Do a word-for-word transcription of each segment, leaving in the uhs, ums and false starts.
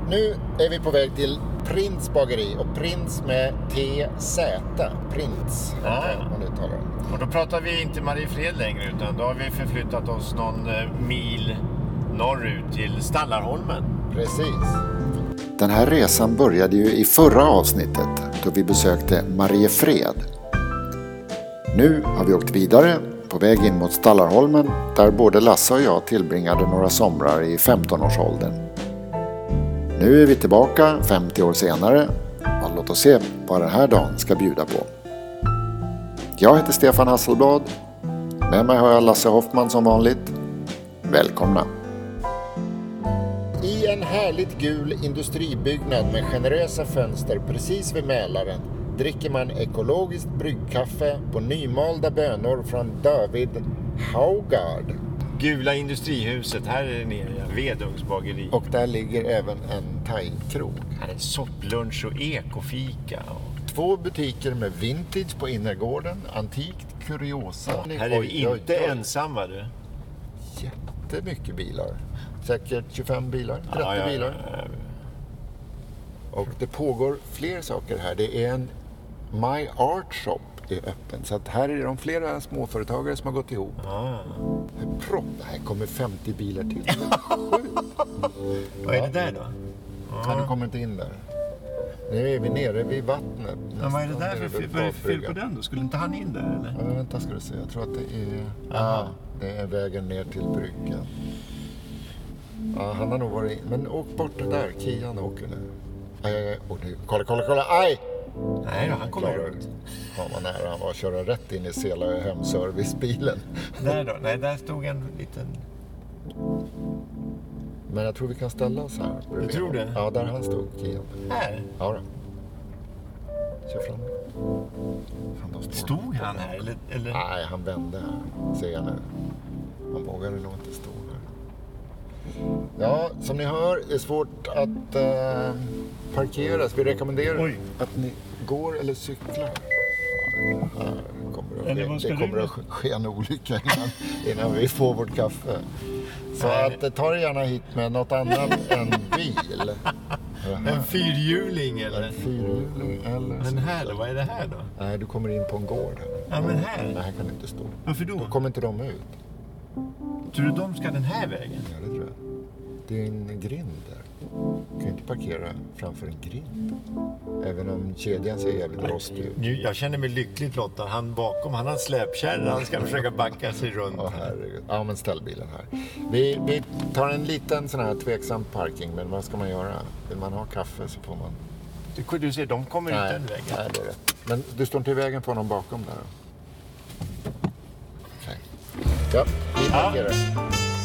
Nu är vi på väg till Prins bageri och Prins med T Z. Prins, ja. Man uttalar det. Och då pratar vi inte Mariefred längre, utan då har vi förflyttat oss någon mil norrut till Stallarholmen. Precis. Den här resan började ju i förra avsnittet då vi besökte Mariefred. Nu har vi åkt vidare på väg in mot Stallarholmen där både Lasse och jag tillbringade några somrar i femtonårsåldern. Nu är vi tillbaka femtio år senare och låt oss se vad den här dagen ska bjuda på. Jag heter Stefan Hasselblad. Med mig har jag Lasse Hoffman som vanligt. Välkomna! I en härligt gul industribyggnad med generösa fönster precis vid Mälaren dricker man ekologiskt bryggkaffe på nymalda bönor från David Haugard. Gula industrihuset, här är det nere, Vedungsbageri. Och där ligger även en thai-krog. Här är sopplunch och ekofika. Och... Två butiker med vintage på innergården, antikt, kuriosa. Här är vi inte oj, oj. ensamma du. Jättemycket bilar. Säkert tjugofem bilar, trettio ja, ja, bilar. Ja, ja. Och det pågår fler saker här. Det är en My Art Shop är öppen. Så att här är de flera småföretagare som har gått ihop. Ah. Propp, här kommer femtio bilar till. Vad är det där då? Ah. Nej, du kommer inte in där. Nu är vi nere vid vattnet. Ja, vad är det där för, för, för fel på den då? Skulle inte han in där eller? Ja, vänta ska du se. Jag tror att det är... Ja, det är vägen ner till bryggan. Ja, han har nog varit in. Men åk bort där. Kian åker nu. Aj, aj, aj. Och nu. Kolla, kolla, kolla. Aj! Nej då, han kommer runt. Han var nära. Han var att köra rätt in i Sela hemservicebilen. Där då? Nej, där stod en liten... Men jag tror vi kan ställa oss här. Du tror det? Ja, där han stod, Kian. Här? Ja då. Kör fram. Fan, stod han här? Eller, eller? Nej, han vände här. Ser jag nu. Han vågade nog inte stå här. Ja, som ni hör är det svårt att äh, parkera. Så vi rekommenderar Oj. att ni går eller cyklar. Här kommer det, det, det kommer att ske en olycka innan, innan vi får vårt kaffe. Så Nej. att ta det gärna hit med något annat än bil. En fyrhjuling eller? En fyrhjuling eller... Men här då? Vad är det här då? Nej, du kommer in på en gård här. Ja, men här? Nej, här kan du inte stå. Varför då? Då kommer inte de ut. Tror du de ska den här vägen? Ja, det tror jag. Det är en grind där. Du kan inte parkera framför en grind. Även om kedjan ser jävligt rostig ut. Jag känner mig lyckligt lottad. Han bakom, han har släpkärra. Han ska försöka backa sig runt. Åh, herregud. Ja, men ställ bilen här. Vi, vi tar en liten sån här tveksam parking. Men vad ska man göra? Vill man ha kaffe så får man... Du, du ser, de kommer nej, ut den vägen. Nej, det är rätt. Men du står inte i vägen på någon bakom där. Okej. Okay. Ja, vi parkerar. Ja.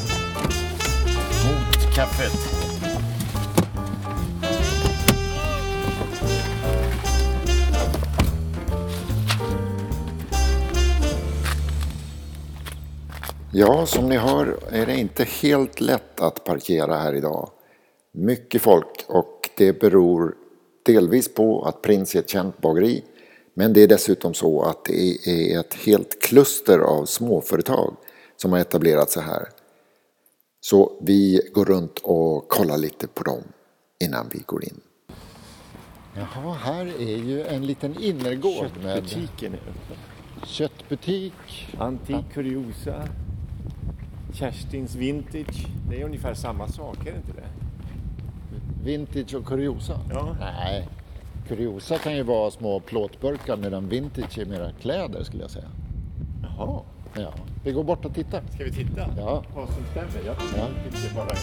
Mot kaffet. Ja, som ni hör är det inte helt lätt att parkera här idag. Mycket folk och det beror delvis på att Prins är ett känt bageri. Men det är dessutom så att det är ett helt kluster av småföretag som har etablerat sig här. Så vi går runt och kollar lite på dem innan vi går in. Jaha, här är ju en liten innergård med köttbutiken. Köttbutik. Antik kuriosa. Kerstins vintage. Det är ungefär samma sak, är det inte det? Vintage och kuriosa? Ja. Nej, kuriosa kan ju vara små plåtburkar medan vintage är mera kläder skulle jag säga. Jaha. Ja, vi går bort och tittar. Ska vi titta? Ja. Vad som stämmer? Jag tror ja. inte bara...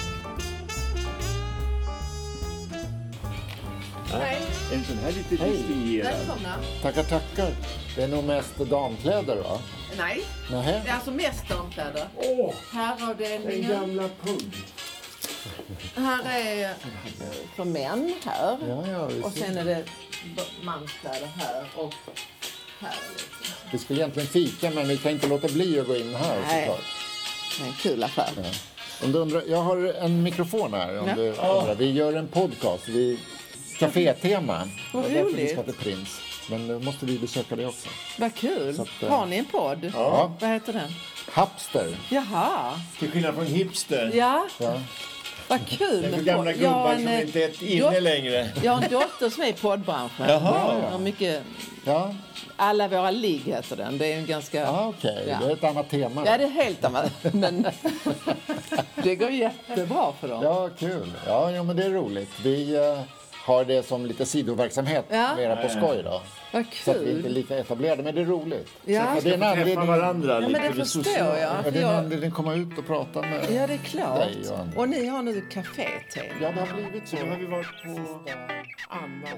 Nej. En sån här lite distingerad. Välkomna. Tackar, tackar. Det är nog mest damkläder va? Nej. Nähä. Det är alltså mest damkläder. Åh! Oh, Herravdelningen. den gamla pung. Här är för män här. Ja, ja, och sen är det manskläder här och här. Vi skulle egentligen fika men vi kan inte låta bli att gå in här. Nej. Såklart. Det är en kul affär. Ja. Om du undrar, jag har en mikrofon här. Om ja. du undrar. Vi gör en podcast. Vi Café-tema. Vad roligt. roligt. Vi ska till Prins. Men nu måste vi besöka det också. Vad kul. Så att, har ni en podd? Ja. Vad heter den? Hapster. Jaha. Till skillnad från hipster. Ja. Ja. Vad kul. Det är med för gamla podd. Jag har gubbar en, som eh, inte är inne dot- längre. Jag har en dotter som är i poddbranschen. Jaha. Och mycket, Ja, alla våra ligg heter den. Det är en ganska... ja okej. Ja. Det är ett annat tema. Ja, det är helt annat. Men det går jättebra för dem. Ja, kul. Ja, ja, men det är roligt. Vi eh, har det som lite sidoverksamhet, Ja. mera på skoj då. Vad Så att vi inte är kul. lika etablerade, men det är roligt. Ja. Och det är en Träffa anledning, varandra Ja, men lite. det vid förstår sociala- jag. ja, För det är en jag anledning att komma ut och prata med ja, det är klart. dig och andra. Och ni har nu kafé-tema. Ja, det har blivit så. Nu har vi varit på Annas.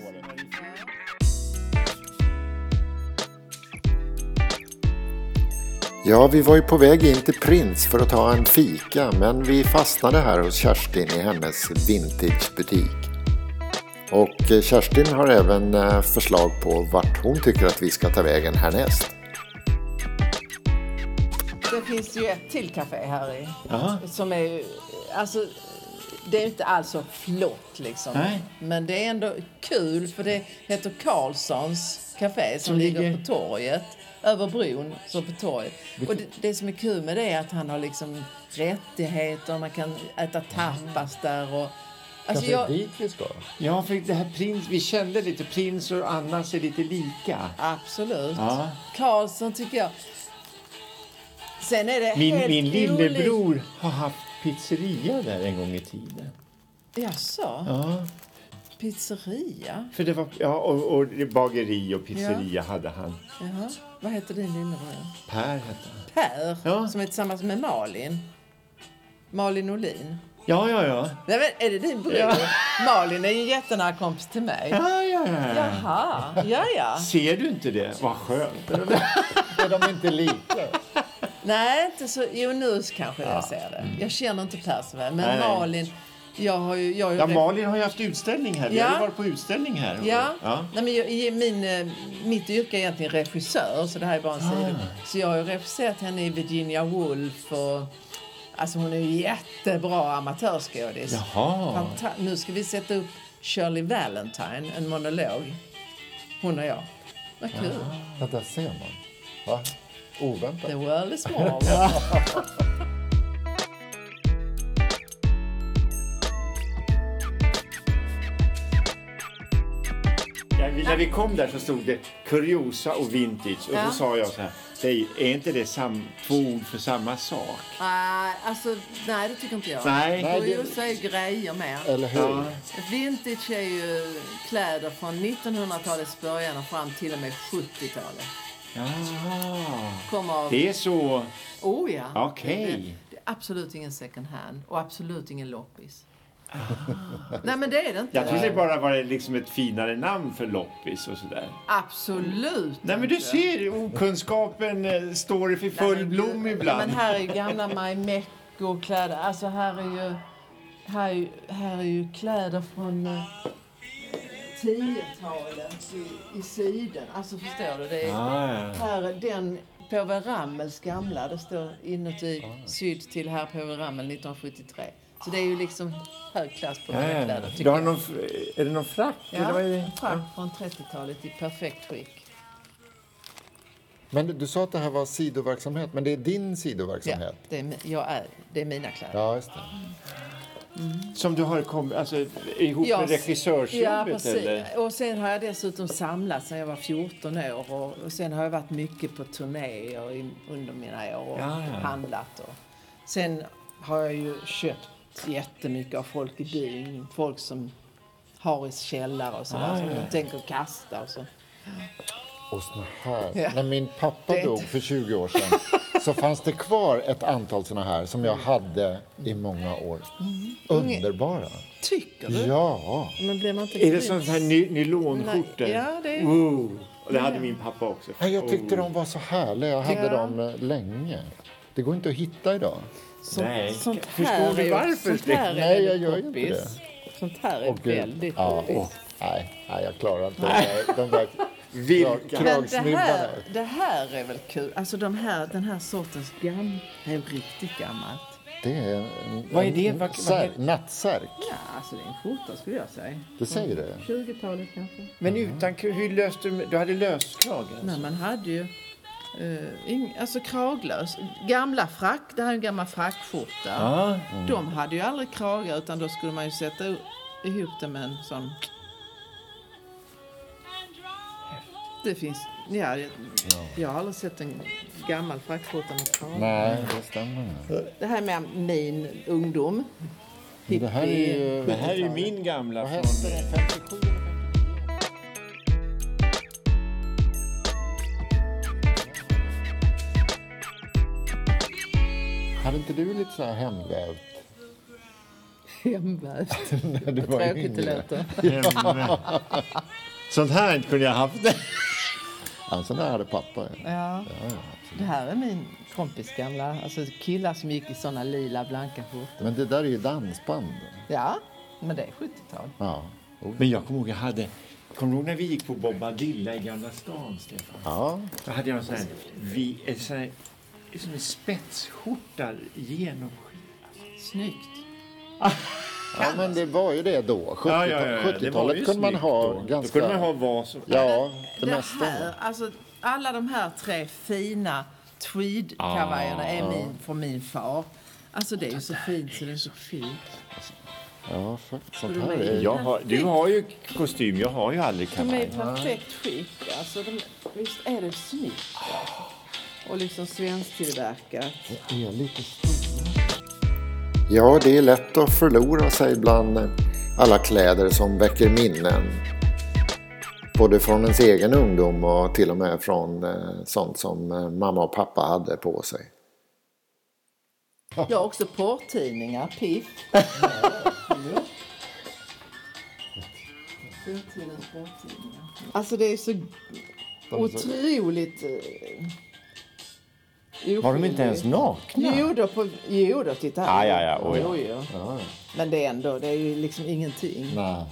Ja, vi var ju på väg in till Prins för att ta en fika, men vi fastnade här hos Kerstin i hennes vintagebutik. Och eh, Kerstin har även eh, förslag på vart hon tycker att vi ska ta vägen härnäst. Det finns ju ett till café här i. Jaha. Som är ju, alltså, det är inte alls så flott liksom. Nej. Men det är ändå kul för det heter Karlssons café som, Som ligger ligger- på torget. Över bron, så på torget. Och det, det som är kul med det är att han har liksom rättigheter, man kan äta tapas där och... Alltså Kanske jag, dit vi ska. Ja, för det här prins, vi kände lite, Prins och Annas är lite lika. absolut. Ja. Karlsson tycker jag. Sen är det Min, helt min lillebror olikt. har haft pizzeria där en gång i tiden. Jaså? Ja, Pizzeria? för det var, ja och, och bageri och pizzeria hade han. Jaha. Vad heter din lillebror? Per hette han. Per, Ja. som är tillsammans med Malin. Malin Olin. Ja, ja, ja. Nej, men är det din bror? Ja. Malin är ju en jättenära kompis till mig. Ja, ja, ja. Jaha, ja, ja. Ser du inte det? Vad skönt. Är de inte lika? Nej, inte så. Jo, nu kanske jag ser det. Jag känner inte Per så väl. Men Nej, nej. Malin, jag har ju... Jag har ju Ja, Malin har ju haft utställning här. Vi Ja. har ju varit på utställning här. Ja, ja. Nej, men jag, i min, eh, mitt yrke är egentligen regissör, så det här är bara en sida. Så jag har ju regisserat henne i Virginia Woolf och... Alltså hon är ju jättebra amatörskådis. Jaha. Fanta- nu ska vi sätta upp Shirley Valentine, en monolog. Hon och jag. Vad kul. Ja, där ser man. Va? Oväntat. The world is small. Ja, vi- när vi kom där så stod det kuriosa och vintage. Och Ja. så sa jag så här, det är, är inte det sam, två ord för samma sak? Nej, alltså, nej, det tycker inte jag. Nej. Nej, det- Kuriosa är grejer mer. Eller hur? Ja. Vintage är ju kläder från nittonhundratalets början och fram till och med sjuttiotalet. Jaha. Kommer av... Det är så... Oh ja. Okej. Det, det är absolut ingen second hand och absolut ingen loppis. Nej, men det är det inte. Jag trodde det bara var liksom ett finare namn för loppis och sådär. Absolut Nej, men du inte. ser, okunskapen eh, står i Nej, full men blom gud. ibland. Ja, men här är ju gamla Marimekko-kläder. Alltså här är ju... Här är ju, här är ju kläder från eh, tiotalet i, i Syden. Alltså förstår du? Det är, Ah, ja. här är den Povel Ramels gamla. Det står inuti Ah. sydd till här Povel Ramel nittonhundrasjuttiotre. Så det är ju liksom hög klass på Ja, mina ja. kläder, Du tycker har jag. någon, är det någon frack? Eller vad är det? Ja, frack från trettiotalet i perfekt skick. Men du, du sa att det här var sidoverksamhet, men det är din Ja, sidoverksamhet? det är, mi- jag är, det är mina kläder. Ja, just det. Som du har kommit, alltså ihop Ja, med regissörsjobbet Ja, precis. eller? Och sen har jag dessutom samlat sedan jag var fjorton år. Och, och sen har jag varit mycket på turnéer i, under mina år och Ja, ja. handlat. Och. Sen har jag ju köpt jättemycket av folk i byn. Folk som har i källare och sådär. Ah, som ja. de tänker kasta och så. Och såna här. Ja. När min pappa Det är dog inte- för tjugo år sedan så fanns det kvar ett antal såna här som jag hade i många år. Underbara. Tycker du? Ja. Men blir man inte Är det grymt- sånt här ny, nylonskjortor? Nej, ja, det är- Wow. Och det hade min pappa också. Nej, jag tyckte Oh. de var så härliga. Jag hade Ja. dem eh, länge. Det går inte att hitta idag. Sånt, Nej. sånt Förstår här du är, varför? Sånt här är Nej, jag väldigt gör ju inte poppis. Sånt här är Åh, Gud. väldigt Ja, poppis. åh, nej, nej, jag klarar inte de där, de där Vilka? krag- Men det kragsnibbarna. här, det här är väl kul. Alltså de här, den här sortens gam, det är riktigt gammalt. Det är en, Vad är det? en Vad- vad sär, heter- nattsärk. Ja, alltså det är en skjorta skulle jag säga. Det säger det. tjugotalet kanske. Men utan, hur löste du, du hade löskrage? Nej, man hade ju Uh, ing, alltså kraglös. Gamla frack, det här är en gammal frackskjorta. Ja. Mm. De hade ju aldrig kragar utan då skulle man ju sätta ihop det med en sån... Det finns... Ja, jag, jag har aldrig sett en gammal frackskjorta med kragar. Nej, det stämmer. Det här med min ungdom. Det här är ju... Det här är ju min gamla Vad från... hette det? femtiosju? Hade inte du lite så här hemvävt? Hemvävt. När du var Tråkigt det yngre? Hem. Sånt här inte kunde jag haft. Ja, sån där hade pappa. Ja. Ja. Ja, ja. Det här är min kompis gamla. Alltså killar som gick i såna lila blanka skjortor. Men det där är ju dansband. Ja, men det är sjuttiotal. Ja. Men jag kommer ihåg jag hade... Kommer du ihåg när vi gick på Bobadilla i Gamla stan, Stefan? Ja. Då hade jag en sån här... Vi, en sån här som en spetsskjorta genomskinlig. Snyggt. Ja, men det var ju det då. Ja, ja, ja, ja. Det var sjuttiotalet ju kunde man snyggt ha då. ganska... Då kunde man ha vad som... Ja, det, Det mesta. här, alltså alla de här tre fina tweed-kavajerna är min, från min far. Alltså det är ju så fint så det är så fint. Ja, faktiskt. Sånt här är... Jag har, du har ju kostym, jag har ju aldrig De är i kavaj. perfekt skick. Alltså de, visst är det snyggt. Och liksom svensktillverkat. Det är lite stora. Ja, det är lätt att förlora sig bland alla kläder som väcker minnen. Både från ens egen ungdom och till och med från eh, sånt som eh, mamma och pappa hade på sig. Jag har också porrtidningar, Piff. Dåtidens porrtidningar. Alltså det är så otroligt... Eh, Har de inte ens nakna? Jo då, på, jo då, titta här. Ja, ja, ja, oj. Jo, jo. Ja, Men det är ändå, det är ju liksom ingenting. nej.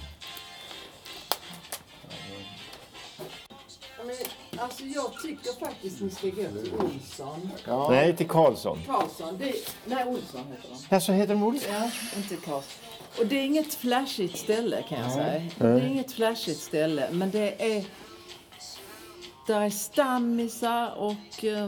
Men, alltså jag tycker faktiskt ni ska gå till Olsson. Ja. Nej, till Karlsson. Karlsson, det, nej Olsson heter de. Ja, så heter de Olsson? Ja, inte Karlsson. Och det är inget flashigt ställe kan jag säga. Det är inget flashigt ställe, men det är... Där är stammisar och... Eh,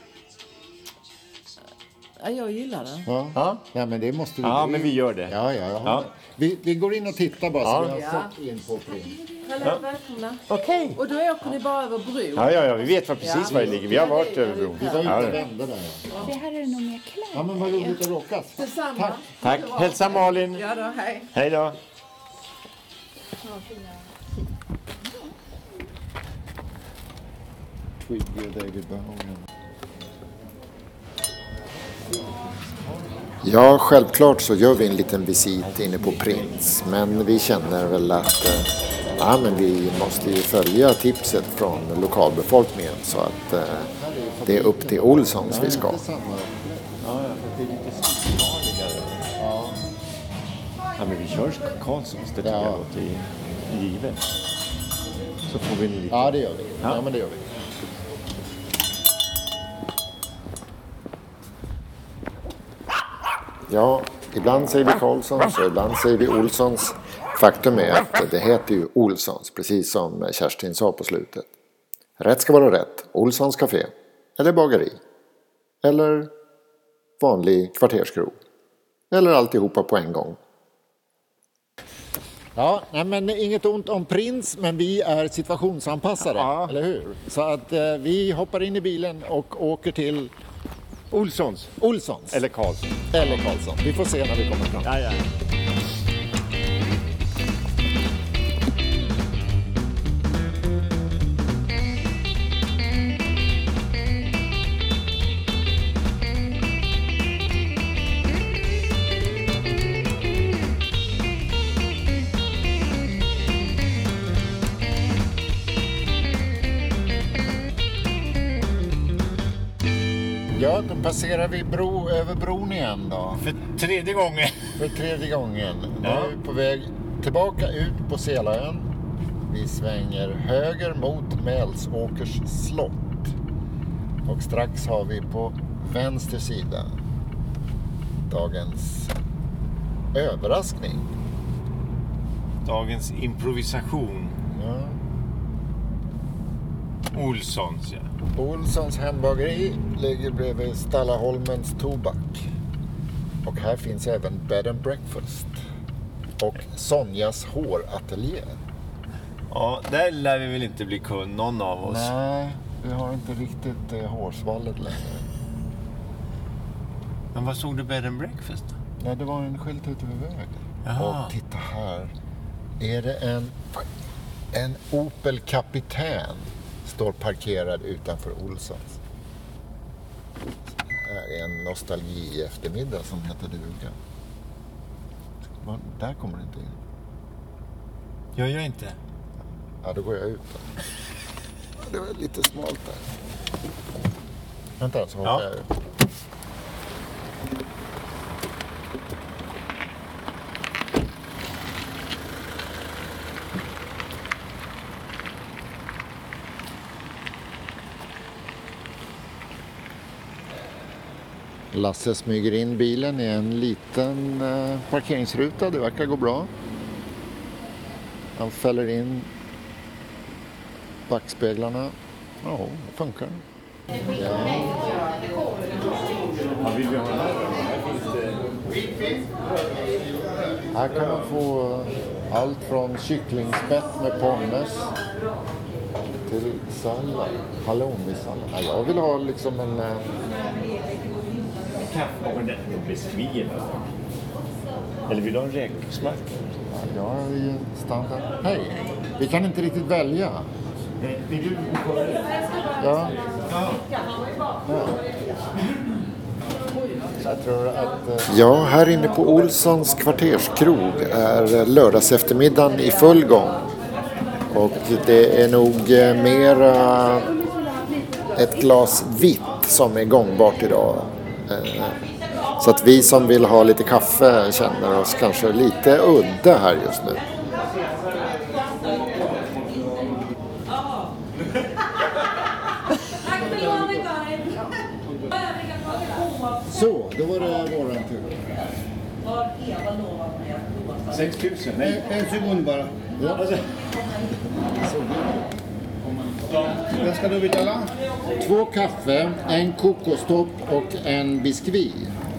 ja, jag gillar det. Ja. Ja. Ja, men det måste vi... Ja, men vi gör det. Ja, ja, ja. Ja. Vi, vi går in och tittar bara Ja. så vi har Ja. fått in på print. Hallå, välkomna. Okej. Och då åker ni bara över bron. Ja, ja, ja, vi vet var precis Ja. var det ligger. Vi har Ja, varit det- över bron. Vi var ute Ja, och ja. vände där. Ja. Det här är det nog mer kläder. Ja, men vad roligt att råkas. Detsamma. Tack. Tack. Hälsa Malin. Ja då, hej. Hej då. Twiggy och David Bowie. Ja, självklart så gör vi en liten visit inne på Prints. Men vi känner väl att eh, ja, men vi måste ju följa tipset från lokalbefolkningen så att eh, det är upp till Olssons vi ska. Inte samma. Ja, det är lite småligare. Ja. Ja, men vi kör Karlssons, det tycker Ja. jag låter givet. Så får vi lite... Ja, det gör vi. Ja, Ja. men det gör vi. Ja, ibland säger vi Karlssons och ibland säger vi Olssons. Faktum är att det heter ju Olssons, precis som Kerstin sa på slutet. Rätt ska vara rätt. Olssons café. Eller bageri. Eller vanlig kvarterskrog. Eller alltihopa på en gång. Ja, nej, men inget ont om Prins, men vi är situationsanpassade, Ja. eller hur? Så att eh, vi hoppar in i bilen och åker till Olssons. Olssons. Eller Karlsson. Eller Karlsson. Vi får se när vi kommer fram. Ja, ja. Ja, då passerar vi bro, över bron igen då. För tredje gången. För tredje gången. Nu Ja. är vi på väg tillbaka ut på Selön. Vi svänger höger mot Mälsåkers slott. Och strax har vi på vänster sida dagens överraskning. Dagens improvisation. Ja. Olssons, ja. Olssons hembageri ligger bredvid Stallarholmens tobak. Och här finns även bed and breakfast. Och Sonjas hårateljé. Ja, där lär vi väl inte bli kund, någon av oss. Nej, vi har inte riktigt det hårsvallet längre. Men vad såg du bed and breakfast? Nej, det var en skylt ute vid vägen. Jaha. Och titta här. Är det en, en Opel Kapitän står parkerad utanför Olssons. Det här är en nostalgi eftermiddag som heter duga. Var, där kommer det inte in. Gör jag inte? Ja, då går jag ut då. Det var lite smalt där. Vänta, så hoppar Ja. jag ut. Lasse smyger in bilen i en liten eh, parkeringsruta. Det verkar gå bra. Han fäller in backspeglarna. Ja, det funkar. Ja. Vad vill vi ha här? Här kan man få allt från kycklingspett med pommes till sallad. Halloumi-sallad. Nej, jag vill ha liksom en... Eh, Kaffe och biskvier. Eller vill du ha en räksmack? ja, jag är standard. Hej, vi kan inte riktigt välja. Vill du kolla det? Ja. Ja. Jag tror att... Eh... Ja, här inne på Olssons kvarterskrog är lördags eftermiddagen i full gång. Och det är nog mera ett glas vitt som är gångbart idag. Så att vi som vill ha lite kaffe känner oss kanske lite udda här just nu. Så, då var det våran tur. sex tusen? En, en sekund bara. Ja. Vad ska du betala? Två kaffe, en kokostopp och en biskvi.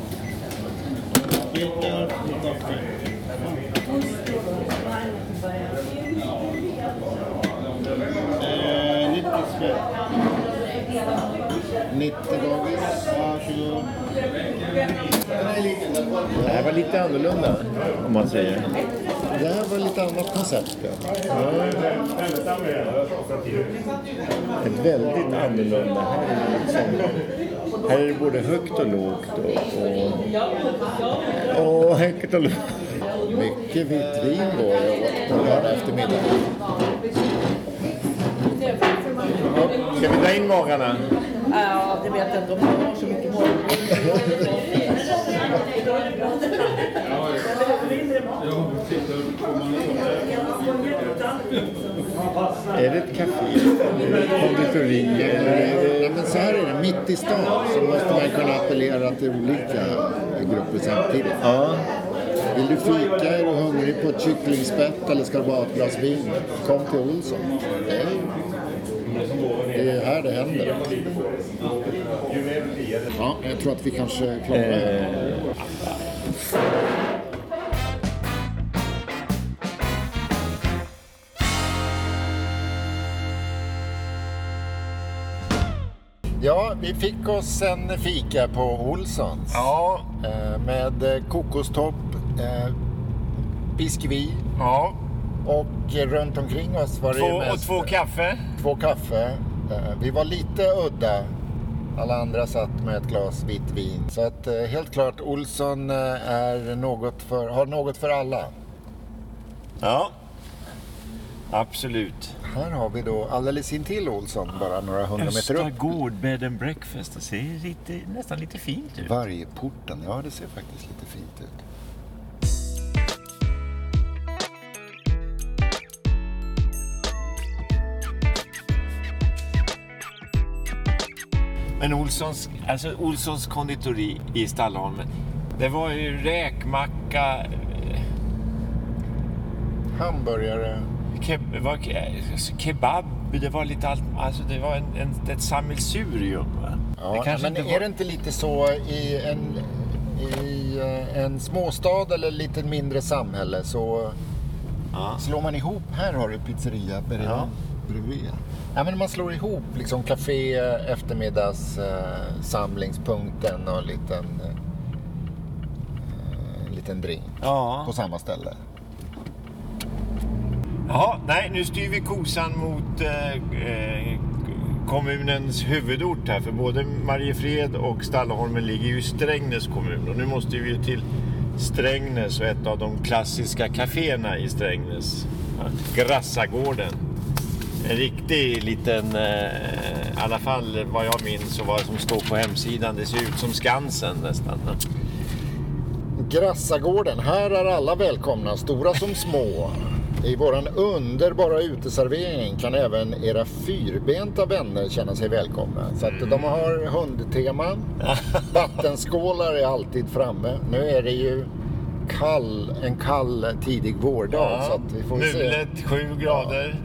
Liter kaffe. Eh, nittio spänn. nittio dagis. Varsågod. Det här var lite annorlunda, om man säger. Det här var lite annat koncept. Ja. Ett väldigt annorlunda. Här är det, liksom, här är det både högt och lågt. Och, och, och högt och lågt. Mycket vitt vin går jag åt på lördag eftermiddag. Ska vi dra in magarna? Ja, det vet jag inte om jag har så mycket mål. Är det ett café? Konditori? Nej, men så här är det. Mitt i stan så måste man kunna appellera till olika grupper samtidigt. Ja. Vill du fika? Är du hungrig på ett kycklingspett eller ska du bara ha ett glas vin? Kom till Olsson. Nej. Det är här det händer. Ja, jag tror att vi kanske klarar det. Ja, vi fick oss en fika på Olssons. Ja. Med kokostopp, biskvi. Ja. Och runt omkring oss var det Två, ju mest, och två kaffe. Två kaffe. Vi var lite udda. Alla andra satt med ett glas vitt vin. Så att helt klart Olsson är något för, har något för alla. Ja. Absolut. Här har vi då alldeles intill Olsson, bara några hundra meter upp. Östergård bed and breakfast. Det ser lite, nästan lite fint ut. Vargporten, ja det ser faktiskt lite fint ut. Men Olssons, alltså Olssons konditori i Stallarholmen, det var ju räkmacka, Hamburgare, ke- var ke- kebab, det var lite allt, alltså det var en, en, ett sammelsurium. Va? Ja, det kanske men inte är var... det inte lite så i en, i eh, en småstad eller lite mindre samhälle så Ja. slår man ihop, här har du pizzeria bredvid. Ja. bredvid. Ja, men man slår ihop liksom café, eftermiddags eh, samlingspunkten och en liten, eh, en liten drink Ja. på samma ställe. Ja, nej, nu styr vi kosan mot eh, eh, kommunens huvudort här. För både Mariefred och Stallarholmen ligger ju i Strängnäs kommun. Och nu måste vi ju till Strängnäs och ett av de klassiska kaféerna i Strängnäs. Ja, Grassagården. En riktig liten, eh, i alla fall vad jag minns och vad som står på hemsidan. Det ser ut som Skansen nästan. Grassagården, här är alla välkomna, stora som små. I våran underbara uteservering kan även era fyrbenta vänner känna sig välkomna. Så att de har hundtema. Vattenskålar är alltid framme. Nu är det ju kall, en kall tidig vårdag. Ja, så att vi får se. mulet, sju grader.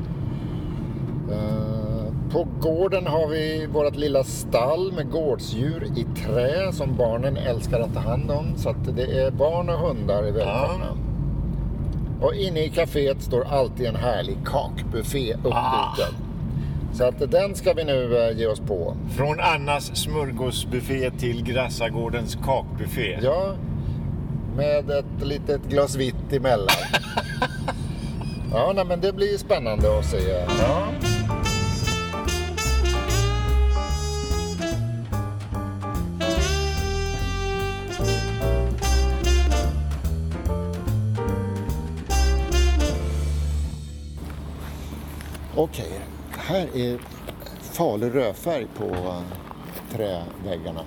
Uh, på gården har vi vårt lilla stall med gårdsdjur i trä som barnen älskar att ta hand om. Så att det är barn och hundar är välkomna. Ja. Och inne i kaféet står alltid en härlig kakbuffé uppdukad. Ah. Så att den ska vi nu uh, ge oss på. Från Annas smörgåsbuffé till Grassagårdens kakbuffé. Ja, med ett litet glas vitt emellan. Ja, nej, men det blir spännande att se. Ja. Okej, här är farlig rödfärg på uh, träväggarna.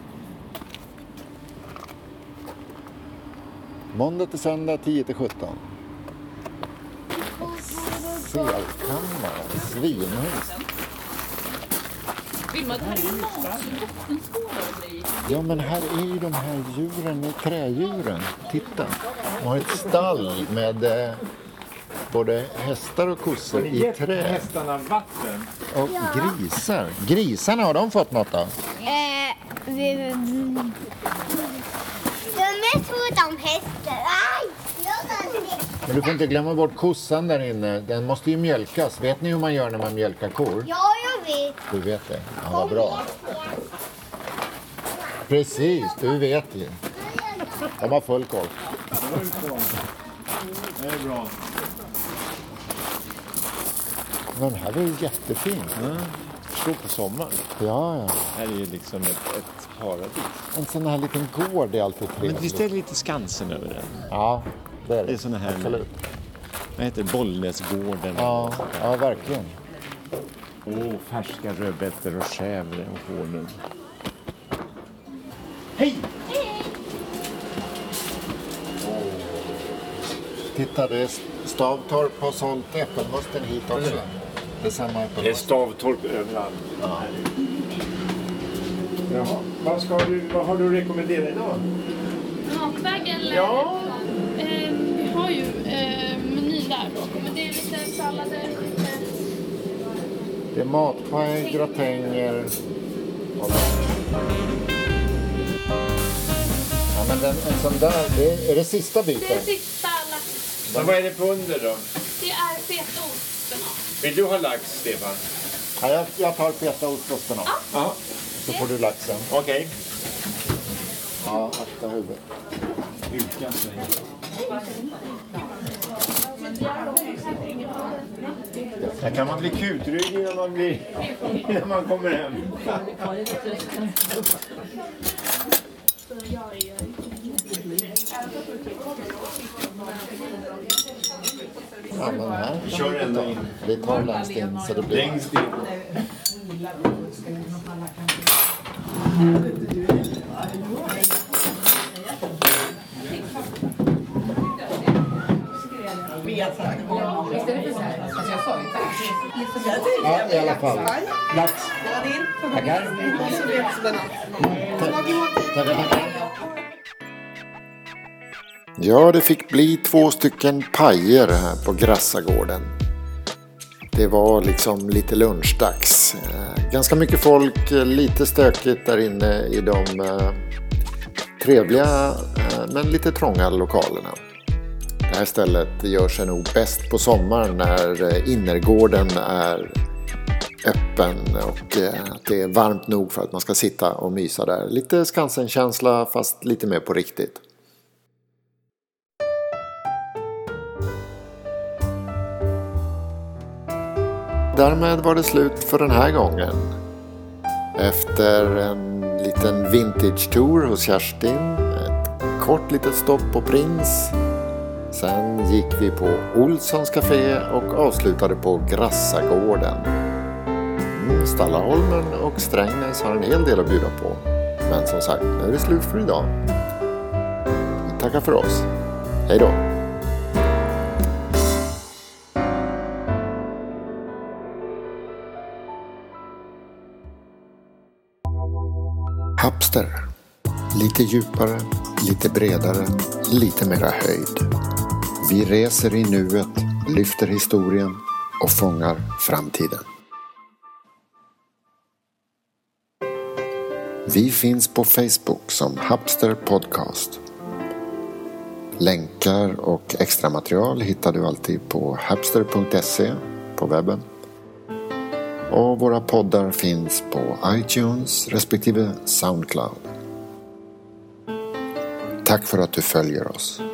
Måndag till söndag tio till sjutton. Selkammare, svinhus. Vilma, det här är ju vattenskålar och grejer. Ja, men här är ju de här djuren, trädjuren. Titta, de har ett stall med eh, både hästar och kossor i trä. Hästarna vatten. Och grisar. Grisarna, har de fått något då? Eh, vi, de är två om hästar. Aj! Men du får inte glömma bort kossan där inne. Den måste ju mjölkas. Vet ni hur man gör när man mjölkar kor? Ja, jag vet. Du vet det. Ja, vad bra. Precis, du vet ju. De har full koll. Det är bra. Men här var ju jättefint. Stå på sommaren. Ja, ja. Här är ju liksom ett, ett paradis. En sån här liten gård är alltid Men trevligt. visst är det lite Skansen över den? Ja, det är det. Det är såna här, Absolut. vad heter det? Bollnäsgården. Ja, ja, verkligen. Åh, oh, färska rödbetor och chèvre och honung. Hej! Titta, det är Stavtorp har sålt äppelmusten hit också. Det är samma Det är äppelmust. Stavtorp överallt. Ja. Jaha, vad, ska du, vad har du rekommenderat idag? Makväg eller? Ja. Eh, vi har ju eh, menyn där då. Men det är lite sallader, lite... Det är matpaj, gratänger. Ja, men den, en sån där, det är, är det sista Det är biten? sista lax. Men vad är det på under då? Det är fetaost, spenat. Vill du ha lax, Stefan? Ja, jag, jag tar fetaost och spenat. Ja. Så får du laxen. Okej. Ja, akta huvudet. Här kan man bli kutrygg innan man, blir, innan man kommer hem. Ja, men här kan Kör vi ända ta. in. Vi tar längst in så det blir... Längst in. Ja, i alla fall. Lax. Tackar. Tack. Tackar, tackar. Ja, det fick bli två stycken pajer här på Grassagården. Det var liksom lite lunchdags. Ganska mycket folk, lite stökigt där inne i de eh, trevliga men lite trånga lokalerna. Det här stället gör sig nog bäst på sommaren när innergården är öppen och att det är varmt nog för att man ska sitta och mysa där. Lite Skansen-känsla fast lite mer på riktigt. Därmed var det slut för den här gången. Efter en liten vintage-tour hos Kerstin, ett kort litet stopp på Prins. Sen gick vi på Olssons Café och avslutade på Grassagården. Mm, Stallarholmen och Strängnäs har en hel del att bjuda på. Men som sagt, nu är det slut för idag. Vi tackar för oss. Hej då! Hapster. Lite djupare, lite bredare, lite mera höjd. Vi reser i nuet, lyfter historien och fångar framtiden. Vi finns på Facebook som Hapster Podcast. Länkar och extra material hittar du alltid på hapster punkt se på webben. Och våra poddar finns på iTunes respektive Soundcloud. Tack för att du följer oss.